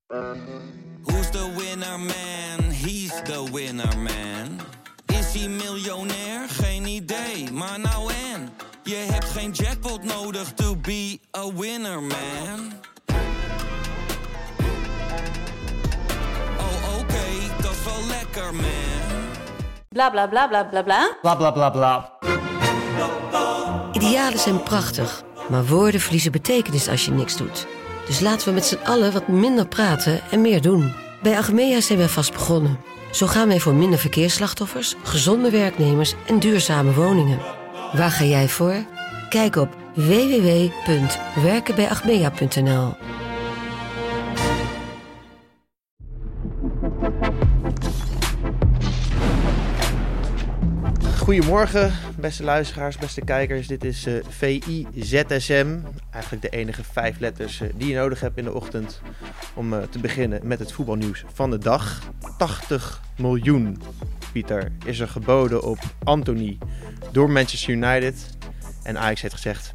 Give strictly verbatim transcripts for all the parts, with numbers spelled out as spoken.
Who's the winner man? He's the winner man. Is hij miljonair? Geen idee, maar nou en. Je hebt geen jackpot nodig to be a winner man. Oh oké, okay, dat is wel lekker man. Bla bla bla bla bla bla. Bla bla bla bla. Idealen zijn prachtig, maar woorden verliezen betekenis als je niks doet. Dus laten we met z'n allen wat minder praten en meer doen. Bij Achmea zijn wij vast begonnen. Zo gaan wij voor minder verkeersslachtoffers, gezonde werknemers en duurzame woningen. Waar ga jij voor? Kijk op w w w punt werken bij achmea punt n l. Goedemorgen, beste luisteraars, beste kijkers. Dit is uh, V I Z S M. Eigenlijk de enige vijf letters uh, die je nodig hebt in de ochtend om uh, te beginnen met het voetbalnieuws van de dag. tachtig miljoen, Pieter, is er geboden op Antony door Manchester United. En Ajax heeft gezegd,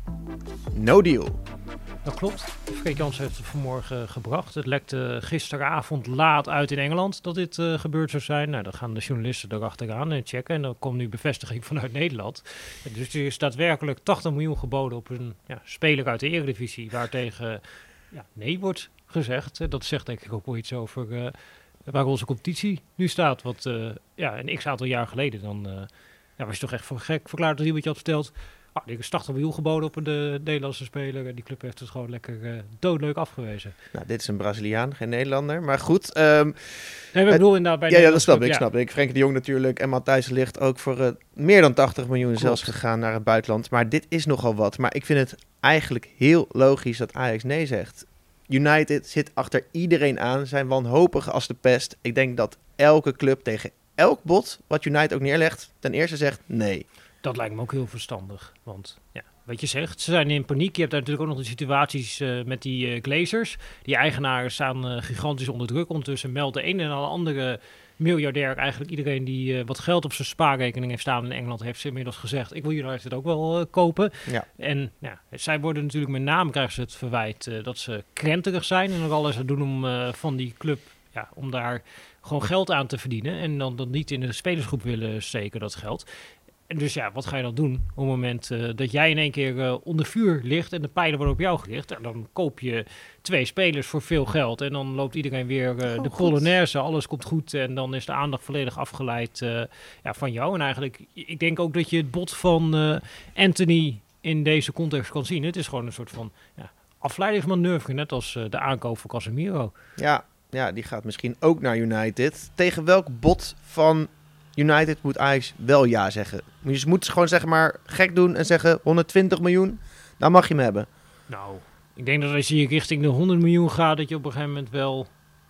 no deal. Dat klopt. Freek Jans heeft het vanmorgen gebracht. Het lekte gisteravond laat uit in Engeland dat dit uh, gebeurd zou zijn. Nou, dan gaan de journalisten erachteraan en checken. En dan komt nu bevestiging vanuit Nederland. Dus er is daadwerkelijk tachtig miljoen geboden op een ja, speler uit de Eredivisie. Waartegen ja, nee wordt gezegd. Dat zegt denk ik ook wel iets over uh, waar onze competitie nu staat. Want uh, ja, een x-aantal jaar geleden dan uh, ja, was je toch echt voor gek verklaard dat iemand je had verteld. Oh, er is tachtig miljoen geboden op een de Nederlandse speler. En die club heeft het gewoon lekker uh, doodleuk afgewezen. Nou, dit is een Braziliaan, geen Nederlander. Maar goed. Um, nee, we bedoelen inderdaad bij ja, ja, dat snap club, ik. ja. snap ik. Frenkie de Jong natuurlijk en Matthijs de Ligt ook voor uh, meer dan tachtig miljoen Klopt. zelfs gegaan naar het buitenland. Maar dit is nogal wat. Maar ik vind het eigenlijk heel logisch dat Ajax nee zegt. United zit achter iedereen aan. Zijn wanhopig als de pest. Ik denk dat elke club tegen elk bod wat United ook neerlegt, ten eerste zegt nee. Dat lijkt me ook heel verstandig. Want ja, wat je zegt, ze zijn in paniek. Je hebt daar natuurlijk ook nog de situaties uh, met die uh, Glazers. Die eigenaren staan uh, gigantisch onder druk. Ondertussen meldt de een en alle andere miljardair, eigenlijk iedereen die uh, wat geld op zijn spaarrekening heeft staan in Engeland, heeft ze inmiddels gezegd, ik wil United ook wel uh, kopen. Ja. En ja, zij worden natuurlijk met name, krijgen ze het verwijt uh, dat ze krenterig zijn en er alles aan doen om uh, van die club, ja, om daar gewoon geld aan te verdienen. En dan, dan niet in de spelersgroep willen steken, dat geld. En dus ja, wat ga je dan doen op het moment uh, dat jij in één keer uh, onder vuur ligt en de pijlen worden op jou gericht? En dan koop je twee spelers voor veel geld en dan loopt iedereen weer uh, oh, de polonaise, alles komt goed en dan is de aandacht volledig afgeleid uh, ja, van jou. En eigenlijk, ik denk ook dat je het bod van uh, Antony in deze context kan zien. Het is gewoon een soort van ja, afleidingsmanoeuvre, net als uh, de aankoop van Casemiro. Ja, ja, die gaat misschien ook naar United. Tegen welk bod van United moet Ajax wel ja zeggen? Je moet gewoon zeggen maar gek doen en zeggen honderdtwintig miljoen, dan mag je hem hebben. Nou, ik denk dat als je richting de honderd miljoen gaat, dat je op een gegeven moment wel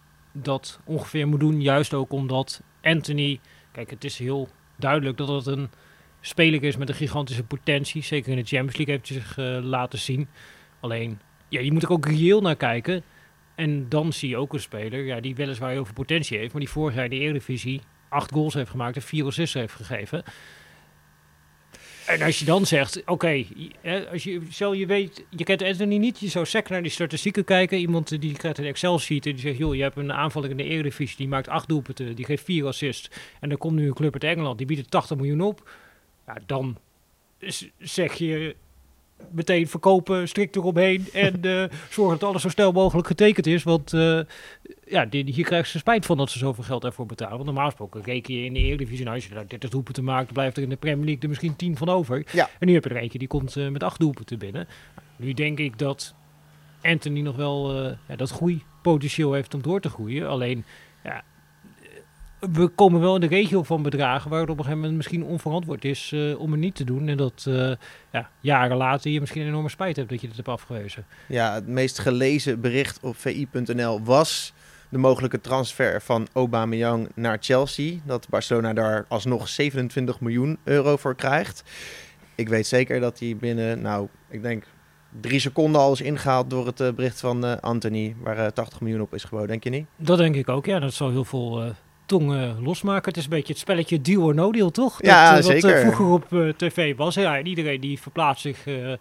dat ongeveer moet doen. Juist ook omdat Antony, kijk, het is heel duidelijk dat het een speler is met een gigantische potentie. Zeker in de Champions League heeft hij zich uh, laten zien. Alleen, ja, je moet er ook reëel naar kijken. En dan zie je ook een speler ja, die weliswaar heel veel potentie heeft, maar die vorig jaar in de Eredivisie acht goals heeft gemaakt en vier assists heeft gegeven. En als je dan zegt, oké, okay, als je, stel je weet, je kent Antony niet, je zou zeker naar die statistieken kijken. Iemand die krijgt een Excel-sheet en die zegt, joh, je hebt een aanvaller in de Eredivisie, die maakt acht doelpunten, die geeft vier assists. En dan komt nu een club uit Engeland, die biedt tachtig miljoen op. Ja, dan zeg je meteen verkopen, strikt eromheen en uh, zorgen dat alles zo snel mogelijk getekend is. Want uh, ja, die, hier krijgen ze spijt van dat ze zoveel geld ervoor betalen. Want normaal gesproken reken je in de Eredivisie, nou, als je daar dertig doelpunten maakt, blijft er in de Premier League er misschien tien van over. Ja. En nu heb je er eentje die komt uh, met acht doelpunten binnen. Nu denk ik dat Antony nog wel uh, ja, dat groeipotentieel heeft om door te groeien. Alleen, ja, we komen wel in de regio van bedragen waar het op een gegeven moment misschien onverantwoord is uh, om het niet te doen. En dat uh, ja, jaren later je misschien een enorme spijt hebt dat je dit hebt afgewezen. Ja, het meest gelezen bericht op v i punt n l was de mogelijke transfer van Aubameyang naar Chelsea. Dat Barcelona daar alsnog zevenentwintig miljoen euro voor krijgt. Ik weet zeker dat hij binnen, nou, ik denk drie seconden al is ingehaald door het uh, bericht van uh, Antony, waar uh, tachtig miljoen op is geboden. Denk je niet? Dat denk ik ook, ja. Dat zal heel veel Uh... tong losmaken. Het is een beetje het spelletje deal or no deal, toch? Ja, dat, zeker. Wat uh, vroeger op uh, tv was. Ja, en iedereen die verplaatst zich uh,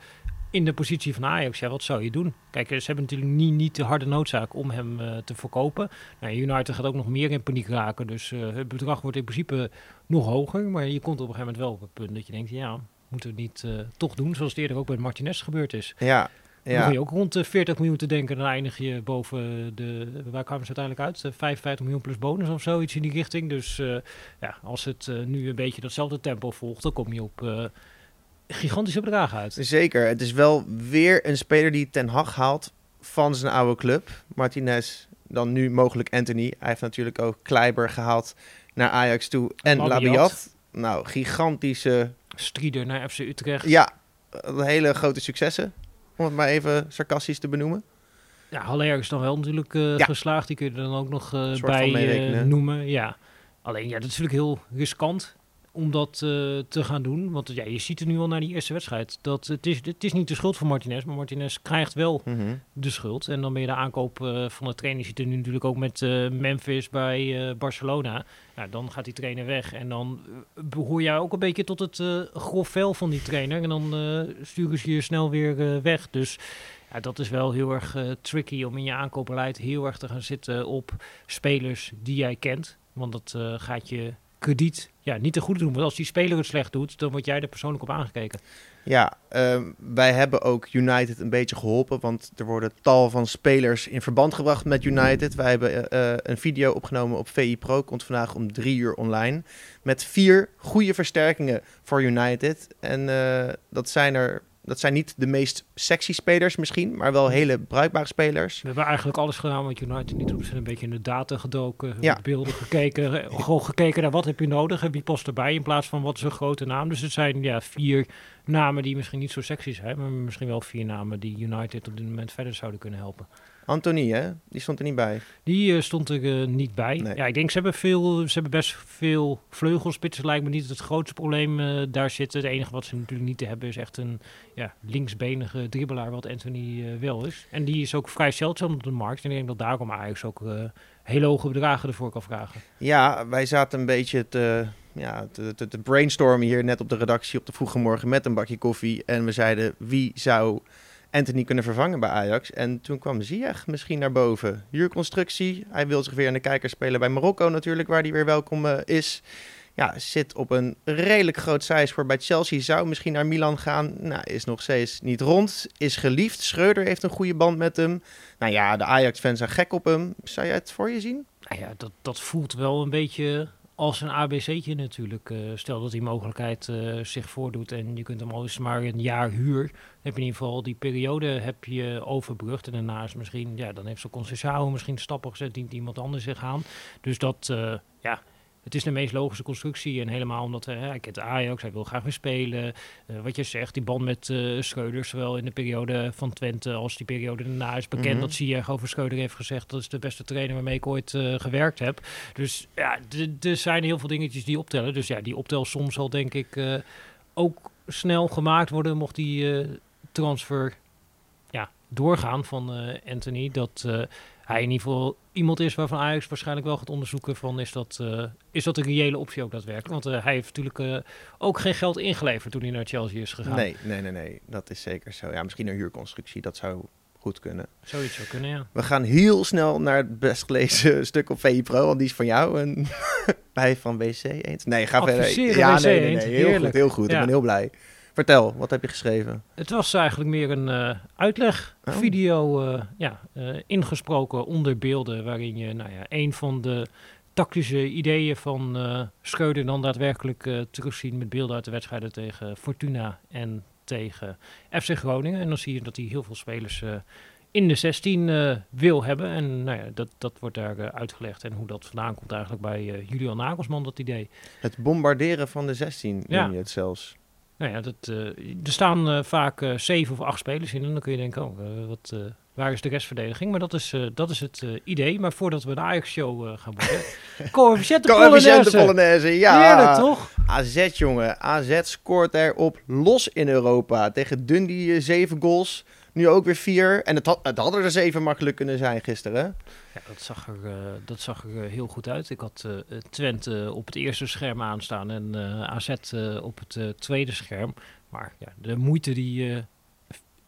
in de positie van Ajax, ja, wat zou je doen? Kijk, ze hebben natuurlijk niet, niet de harde noodzaak om hem uh, te verkopen. Nou, United gaat ook nog meer in paniek raken, dus uh, het bedrag wordt in principe nog hoger. Maar je komt op een gegeven moment wel op het punt dat je denkt, ja, moeten we het niet uh, toch doen, zoals het eerder ook bij Martinez gebeurd is. Ja. Dan Ja. begin je ook rond de veertig miljoen te denken, dan eindig je boven de, waar kwamen ze uiteindelijk uit? De vijfenvijftig miljoen plus bonus of zo, iets in die richting. Dus uh, ja, als het uh, nu een beetje datzelfde tempo volgt, dan kom je op uh, gigantische bedragen uit. Zeker. Het is wel weer een speler die Ten Hag haalt van zijn oude club. Martinez, dan nu mogelijk Anthony. Hij heeft natuurlijk ook Kleiber gehaald naar Ajax toe. En Labiat. Labiat. Nou, gigantische... Strieder naar F C Utrecht. Ja, hele grote successen. Om het maar even sarcastisch te benoemen. Ja, Haller is dan wel natuurlijk uh, Ja. geslaagd. Die kun je er dan ook nog uh, Soort van bij uh, meerekenen. noemen. Ja. Alleen, ja, dat is natuurlijk heel riskant om dat uh, te gaan doen. Want ja, je ziet er nu al naar die eerste wedstrijd. Dat het, is, het is niet de schuld van Martinez, maar Martinez krijgt wel Mm-hmm. de schuld. En dan ben je de aankoop uh, van de trainer. Je ziet er nu natuurlijk ook met uh, Memphis bij uh, Barcelona. Ja, dan gaat die trainer weg. En dan uh, behoor jij ook een beetje tot het uh, grof vel van die trainer. En dan uh, sturen ze je snel weer uh, weg. Dus ja, dat is wel heel erg uh, tricky om in je aankoopbeleid heel erg te gaan zitten op spelers die jij kent. Want dat uh, gaat je krediet ja, niet te goed doen. Want als die speler het slecht doet, dan word jij er persoonlijk op aangekeken. Ja, um, wij hebben ook United een beetje geholpen, want er worden tal van spelers in verband gebracht met United. Wij hebben uh, een video opgenomen op V I Pro, komt vandaag om drie uur online, met vier goede versterkingen voor United. En uh, dat zijn er, dat zijn niet de meest sexy spelers misschien, maar wel hele bruikbare spelers. We hebben eigenlijk alles gedaan wat United niet doet. We zijn een beetje in de data gedoken, Ja. met beelden gekeken. Gewoon gekeken naar wat heb je nodig en wie past erbij in plaats van wat is een grote naam. Dus het zijn ja, vier namen die misschien niet zo sexy zijn, maar misschien wel vier namen die United op dit moment verder zouden kunnen helpen. Anthony, hè? Die stond er niet bij. Die uh, stond er uh, niet bij. Nee. Ja, ik denk ze hebben, veel, ze hebben best veel vleugelspitsen. Lijkt me niet het grootste probleem uh, daar zitten. Het enige wat ze natuurlijk niet te hebben is echt een ja, linksbenige dribbelaar, wat Anthony uh, wel is. En die is ook vrij zeldzaam op de markt. En ik denk dat daarom Ajax ook uh, hele hoge bedragen ervoor kan vragen. Ja, wij zaten een beetje te, ja, te, te, te brainstormen hier net op de redactie op de vroege morgen met een bakje koffie. En we zeiden, wie zou Anthony kunnen vervangen bij Ajax? En toen kwam Ziyech misschien naar boven. Huurconstructie, hij wil zich weer aan de kijker spelen bij Marokko natuurlijk, waar hij weer welkom uh, is. Ja, zit op een redelijk groot zijspoor bij Chelsea, zou misschien naar Milan gaan. Nou, is nog steeds niet rond, is geliefd. Schreuder heeft een goede band met hem. Nou ja, de Ajax-fans zijn gek op hem. Zou jij het voor je zien? Nou ja, dat, dat voelt wel een beetje als een A B C'tje natuurlijk. Uh, stel dat die mogelijkheid uh, zich voordoet en je kunt hem al eens maar een jaar huur. Dan heb je in ieder geval die periode heb je overbrugd. En daarna is misschien, ja, dan heeft zo'n Conceição misschien stappen gezet, dient iemand anders zich aan. Dus dat, uh, ja, het is de meest logische constructie. En helemaal omdat uh, hij kent Ajax, hij wil graag weer spelen. Uh, wat je zegt, die band met uh, Schreuder, zowel in de periode van Twente als die periode daarna is bekend. Mm-hmm. Dat Ziyech over Schreuder heeft gezegd, dat is de beste trainer waarmee ik ooit uh, gewerkt heb. Dus ja, er zijn heel veel dingetjes die optellen. Dus ja, die optelsom zal denk ik uh, ook snel gemaakt worden, mocht die uh, transfer ja, doorgaan van uh, Anthony. Dat uh, hij in ieder geval iemand is waarvan Ajax waarschijnlijk wel gaat onderzoeken van is dat, uh, is dat een reële optie ook daadwerkelijk. Want uh, hij heeft natuurlijk uh, ook geen geld ingeleverd toen hij naar Chelsea is gegaan. Nee, nee, nee, nee. Dat is zeker zo. Ja, misschien een huurconstructie, dat zou goed kunnen. Zoiets zou kunnen, ja. We gaan heel snel naar het best gelezen stuk op V I Pro, want die is van jou. En bij van W C eens. Nee, ga Adviseren verder. Ja, W C nee, nee, eens. nee. Heel Heerlijk. goed, heel goed. Ja. Ik ben heel blij. Vertel, wat heb je geschreven? Het was eigenlijk meer een uh, uitlegvideo, uh, ja, uh, ingesproken onder beelden, waarin je nou ja, een van de tactische ideeën van uh, Schreuder dan daadwerkelijk uh, terugzien met beelden uit de wedstrijden tegen Fortuna en tegen F C Groningen. En dan zie je dat hij heel veel spelers uh, in de zestien uh, wil hebben. En nou ja, dat, dat wordt daar uh, uitgelegd. En hoe dat vandaan komt eigenlijk bij uh, Julian Nagelsman, dat idee. Het bombarderen van de zestien, Ja. noem je het zelfs. Nou ja, dat, uh, er staan uh, vaak uh, zeven of acht spelers in. En dan kun je denken, oh, uh, wat, uh, waar is de restverdediging? Maar dat is, uh, dat is het uh, idee. Maar voordat we de Ajax-show uh, gaan worden... Coëfficiënte Coëfficiënte Polonaise. Polonaise, ja. Heerlijk, toch? A Z, jongen. A Z scoort erop los in Europa. Tegen Dundee uh, zeven goals. Nu ook weer vier. En het, had, het hadden er zeven makkelijk kunnen zijn gisteren. Ja, dat zag er, uh, dat zag er uh, heel goed uit. Ik had uh, Twente op het eerste scherm aanstaan en uh, A Z uh, op het uh, tweede scherm. Maar ja, de moeite die uh,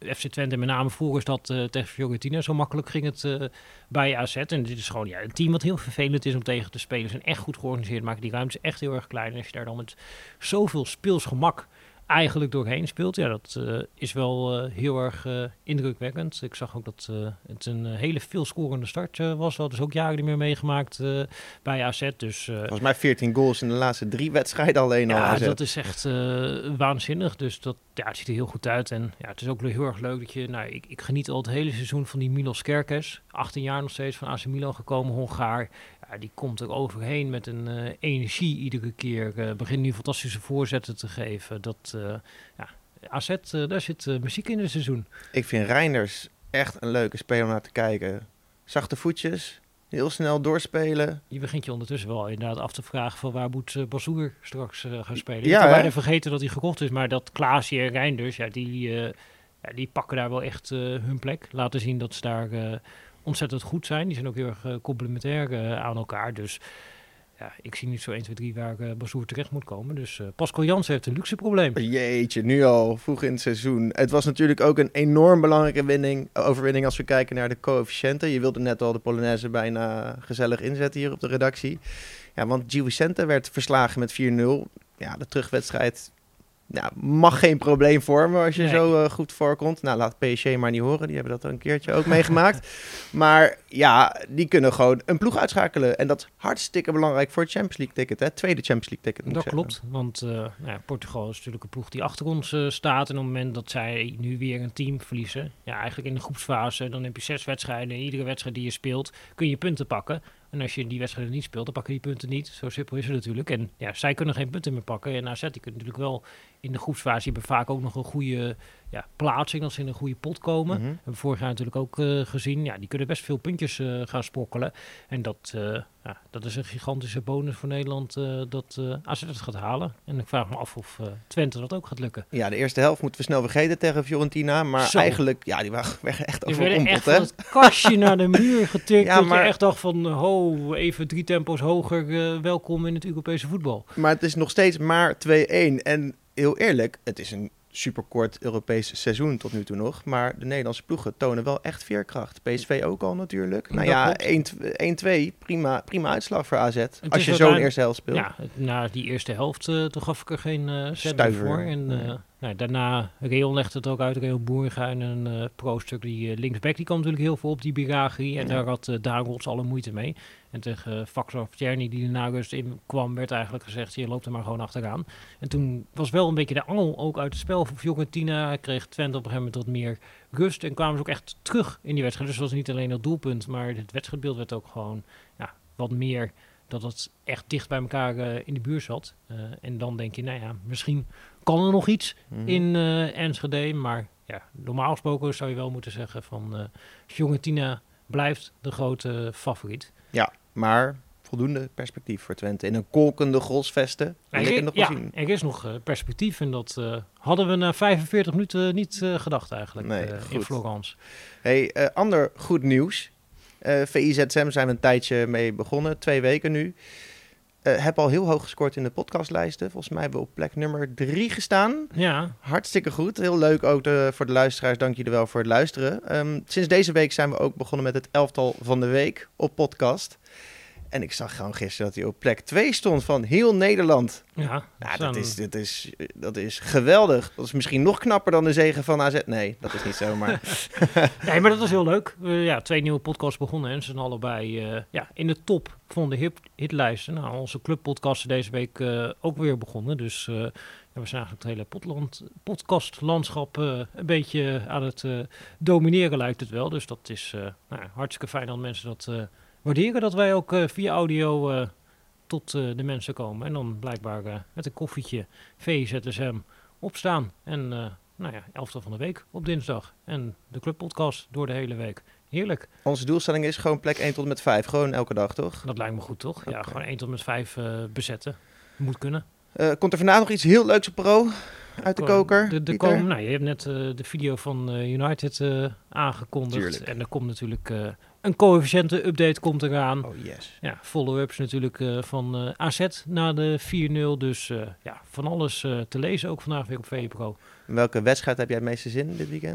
F C Twente, met name vroeger is dat uh, tegen Fiorentina. Zo makkelijk ging het uh, bij A Z. En dit is gewoon ja, een team wat heel vervelend is om tegen te spelen. Ze zijn echt goed georganiseerd, maken die ruimtes echt heel erg klein. En als je daar dan met zoveel speelsgemak eigenlijk doorheen speelt, ja, dat uh, is wel uh, heel erg uh, indrukwekkend. Ik zag ook dat uh, het een uh, hele veelscorende start uh, was. We hadden dus ook jaren niet meer meegemaakt uh, bij A Z. Dus, uh, volgens mij veertien goals in de laatste drie wedstrijden alleen al. Ja, A Z. Dat is echt uh, waanzinnig. Dus dat, ja, het ziet er heel goed uit. En ja, het is ook heel erg leuk dat je... Nou, ik, ik geniet al het hele seizoen van die Milos Kerkez. achttien jaar nog steeds van A C Milan gekomen, Hongaar. Ja, die komt er overheen met een uh, energie iedere keer. Uh, begint nu fantastische voorzetten te geven. Dat, uh, ja, A Z, uh, daar zit uh, muziek in het seizoen. Ik vind Reinders echt een leuke speler om naar te kijken. Zachte voetjes, heel snel doorspelen. Je begint je ondertussen wel inderdaad af te vragen van waar moet uh, Bazoer straks uh, gaan spelen. Ja, ik kan bijna vergeten dat hij gekocht is, maar dat Klaasje en Reinders, ja, die, uh, ja, die pakken daar wel echt uh, hun plek. Laten zien dat ze daar uh, ontzettend goed zijn. Die zijn ook heel erg uh, complementair uh, aan elkaar. Dus ja, ik zie niet zo één, twee, drie waar uh, Bazoer terecht moet komen. Dus uh, Pascal Jansen heeft een luxe probleem. Jeetje, nu al vroeg in het seizoen. Het was natuurlijk ook een enorm belangrijke winning, overwinning als we kijken naar de coëfficiënten. Je wilde net al de Polonaise bijna gezellig inzetten hier op de redactie. Ja, want Gil Vicente werd verslagen met vier nul. Ja, de terugwedstrijd nou, mag geen probleem vormen als je nee. zo uh, goed voorkomt. Nou, laat P S G maar niet horen. Die hebben dat al een keertje ook meegemaakt. Maar ja, die kunnen gewoon een ploeg uitschakelen. En dat is hartstikke belangrijk voor het Champions League ticket. Hè? Tweede Champions League ticket, moet dat ik klopt, zeggen. want uh, nou ja, Portugal is natuurlijk een ploeg die achter ons uh, staat. En op het moment dat zij nu weer een team verliezen, ja, eigenlijk in de groepsfase, dan heb je zes wedstrijden. En iedere wedstrijd die je speelt, kun je punten pakken. En als je die wedstrijden niet speelt, dan pakken die punten niet. Zo simpel is het natuurlijk. En ja, zij kunnen geen punten meer pakken. En A Z, die kunnen natuurlijk wel in de groepsfase, die hebben vaak ook nog een goede ja, plaatsing, als ze in een goede pot komen. Mm-hmm. Hebben we vorig jaar natuurlijk ook uh, gezien. Ja, die kunnen best veel puntjes uh, gaan sprokkelen. En dat, uh, ja, dat is een gigantische bonus voor Nederland uh, dat uh, A Z het gaat halen. En ik vraag me af of uh, Twente dat ook gaat lukken. Ja, de eerste helft moeten we snel vergeten tegen Fiorentina. Maar Zo. eigenlijk, ja, die waren echt overrompeld. Die werden echt van het kastje naar de muur getikt. Ja, dat maar... je echt dacht van, ho, even drie tempo's hoger. Uh, welkom in het Europese voetbal. Maar het is nog steeds maar twee-één. En heel eerlijk, het is een superkort Europees seizoen tot nu toe nog. Maar de Nederlandse ploegen tonen wel echt veerkracht. P S V ook al natuurlijk. Nou ja, één twee, prima, prima uitslag voor A Z. Het als je zo'n eerste helft speelt. Ja, na die eerste helft uh, toen gaf ik er geen uh, cent voor. En uh, nee. nou, daarna, Reon legde het ook uit. Reon Boeringa en een uh, pro-stuk. Die uh, linksback, die kwam natuurlijk heel veel op die Biraghi. En ja. daar had uh, Dagels alle moeite mee. En tegen uh, Faxor Tjerni, die daarna rust in kwam, werd eigenlijk gezegd, je loopt er maar gewoon achteraan. En toen was wel een beetje de angel ook uit het spel voor Fiorentina. Kreeg Twente op een gegeven moment wat meer rust. En kwamen ze ook echt terug in die wedstrijd. Dus het was niet alleen dat doelpunt, maar het wedstrijdbeeld werd ook gewoon ja, wat meer, dat het echt dicht bij elkaar uh, in de buurt zat. Uh, en dan denk je, nou ja, misschien kan er nog iets mm-hmm. in uh, Enschede. Maar ja, normaal gesproken zou je wel moeten zeggen van uh, Fiorentina blijft de grote favoriet. Ja, maar voldoende perspectief voor Twente. In een kolkende Grosvesten. Er, er, nog ja, zien. er is nog uh, perspectief. En dat uh, hadden we na vijfenveertig minuten niet uh, gedacht eigenlijk nee, uh, in Florence. Hey, uh, ander goed nieuws. Uh, V I Z S M zijn we een tijdje mee begonnen. Twee weken nu. Uh, heb al heel hoog gescoord in de podcastlijsten. Volgens mij hebben we op plek nummer drie gestaan. Ja. Hartstikke goed. Heel leuk ook de, voor de luisteraars. Dank jullie wel voor het luisteren. Um, sinds deze week zijn we ook begonnen met het elftal van de week op podcast. En ik zag gewoon gisteren dat hij op plek twee stond van heel Nederland. Ja, nou, dat, is, dat, is, dat is geweldig. Dat is misschien nog knapper dan de zege van A Z. Nee, dat is niet zo, maar... nee, maar dat is heel leuk. Uh, ja, twee nieuwe podcasts begonnen en ze zijn allebei uh, ja, in de top van de hit, hitlijsten. Nou, onze clubpodcasten deze week uh, ook weer begonnen. Dus uh, ja, we zijn eigenlijk het hele potland, podcastlandschap uh, een beetje aan het uh, domineren, lijkt het wel. Dus dat is uh, nou, hartstikke fijn dat mensen dat... Uh, waarderen dat wij ook uh, via audio uh, tot uh, de mensen komen. En dan blijkbaar uh, met een koffietje V I Z S M opstaan. En uh, nou ja, elftal van de week op dinsdag. En de clubpodcast door de hele week. Heerlijk. Onze doelstelling is gewoon plek één tot en met vijf. Gewoon elke dag, toch? Dat lijkt me goed, toch? Okay. Ja, gewoon één tot en met vijf uh, bezetten. Moet kunnen. Uh, komt er vandaag nog iets heel leuks op Pro uit de Ko- koker? De, de kom, nou, je hebt net uh, de video van uh, United uh, aangekondigd. Tuurlijk. En er komt natuurlijk... Uh, Een coëfficiënten-update komt eraan. Oh yes. Ja, follow-ups natuurlijk uh, van uh, A Z na de vier nul. Dus uh, ja, van alles uh, te lezen ook vandaag weer op V P Pro. Welke wedstrijd heb jij het meeste zin in dit weekend?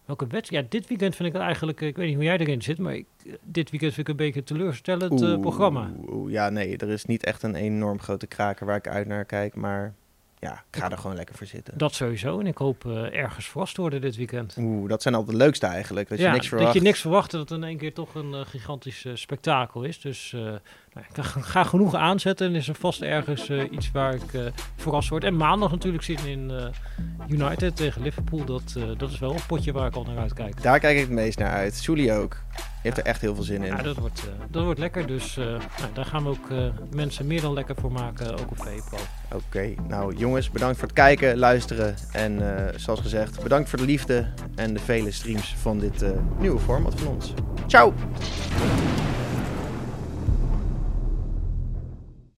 Welke wedstrijd? Ja, dit weekend vind ik het eigenlijk... Ik weet niet hoe jij erin zit, maar ik, dit weekend vind ik een beetje een teleurstellend uh, programma. Oeh, ja, nee, er is niet echt een enorm grote kraker waar ik uit naar kijk, maar ja, ik ga er gewoon lekker voor zitten. Dat sowieso. En ik hoop uh, ergens verrast te worden dit weekend. Oeh, dat zijn altijd de leukste eigenlijk. Dat ja, je niks verwacht. dat je niks verwacht, dat het in één keer toch een uh, gigantisch uh, spektakel is. Dus uh, nou, ik ga, ga genoeg aanzetten en is er vast ergens uh, iets waar ik uh, verrast word. En maandag natuurlijk zitten in uh, United tegen Liverpool. Dat, uh, dat is wel een potje waar ik al naar uitkijk. Daar kijk ik het meest naar uit. Soelie ook. Je hebt er echt heel veel zin in. Ja, dat wordt, uh, dat wordt lekker. Dus uh, nou, daar gaan we ook uh, mensen meer dan lekker voor maken, ook op V P R O. Oké, okay, nou jongens, bedankt voor het kijken, luisteren. En uh, zoals gezegd, bedankt voor de liefde en de vele streams van dit uh, nieuwe format van ons. Ciao!